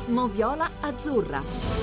Moviola Azzurra.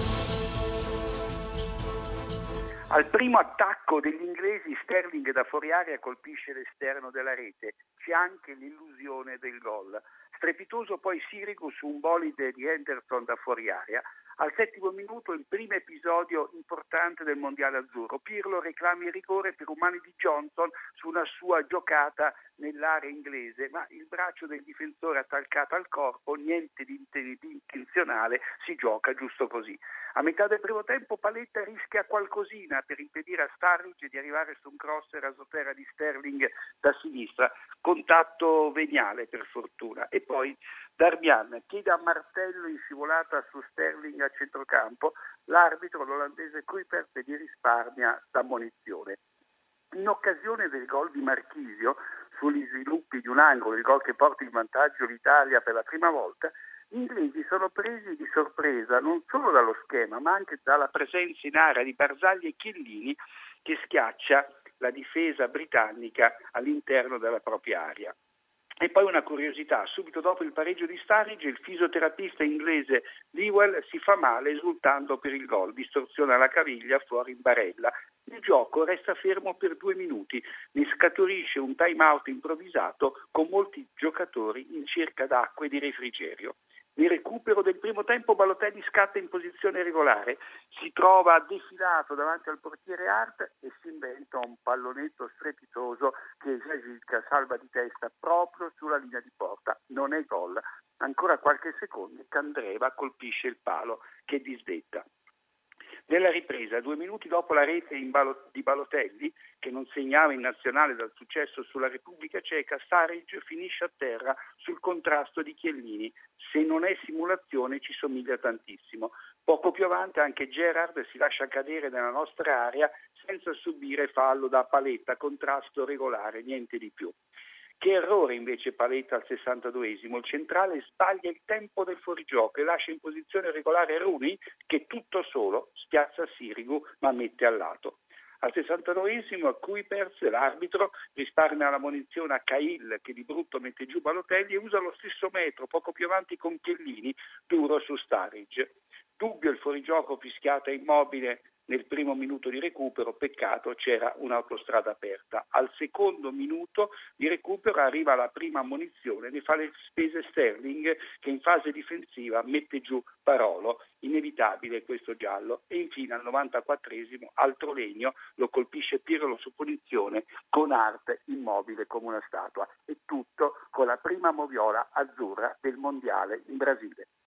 Al primo attacco degli inglesi, Sterling da fuori area colpisce l'esterno della rete. C'è anche l'illusione del gol. Strepitoso poi Sirigu su un bolide di Henderson da fuori area. Al 7° minuto il primo episodio importante del mondiale azzurro. Pirlo reclama il rigore per un mano di Johnson su una sua giocata nell'area inglese, ma il braccio del difensore attaccato al corpo, niente di intenzionale, si gioca giusto così. A metà del primo tempo Paletta rischia qualcosina per impedire a Sturridge di arrivare su un cross rasoterra di Sterling da sinistra, contatto veniale per fortuna, e poi Darmian chiede a martello in scivolata su Sterling a centrocampo, l'arbitro, l'olandese Kuipers, gli risparmia l'ammonizione. In occasione del gol di Marchisio, sugli sviluppi di un angolo, il gol che porta in vantaggio l'Italia per la prima volta, gli inglesi sono presi di sorpresa non solo dallo schema, ma anche dalla presenza in area di Barzagli e Chiellini che schiaccia la difesa britannica all'interno della propria area. E poi una curiosità, subito dopo il pareggio di Sturridge il fisioterapista inglese Lewell si fa male esultando per il gol, distorsiona la caviglia fuori in barella. Il gioco resta fermo per 2 minuti, ne scaturisce un time out improvvisato con molti giocatori in cerca d'acqua e di refrigerio. Nel recupero del primo tempo Balotelli scatta in posizione regolare, si trova defilato davanti al portiere Hart e si inventa un pallonetto strepitoso che Žažica salva di testa proprio sulla linea di porta. Non è gol. Ancora qualche secondo e Candreva colpisce il palo che disdetta. Nella ripresa, 2 minuti dopo la rete di Balotelli, che non segnava in nazionale dal successo sulla Repubblica Ceca, Sturridge finisce a terra sul contrasto di Chiellini. Se non è simulazione ci somiglia tantissimo. Poco più avanti anche Gerrard si lascia cadere nella nostra area senza subire fallo da Paletta, contrasto regolare, niente di più. Che errore invece Paletta al 62esimo, il centrale sbaglia il tempo del fuorigioco e lascia in posizione regolare Rooney che tutto solo spiazza Sirigu ma mette al lato. Al 69esimo Kuipers, l'arbitro, risparmia la munizione a Cahill che di brutto mette giù Balotelli e usa lo stesso metro poco più avanti con Chiellini, duro su Sturridge. Dubbio il fuorigioco fischiata Immobile nel primo minuto di recupero, peccato, c'era un'autostrada aperta. Al 2° minuto di recupero arriva la prima ammonizione, ne fa le spese Sterling che in fase difensiva mette giù Parolo, inevitabile questo giallo, e infine al 94esimo altro legno, lo colpisce Pirlo su punizione con Hart immobile come una statua, e tutto con la prima moviola azzurra del mondiale in Brasile.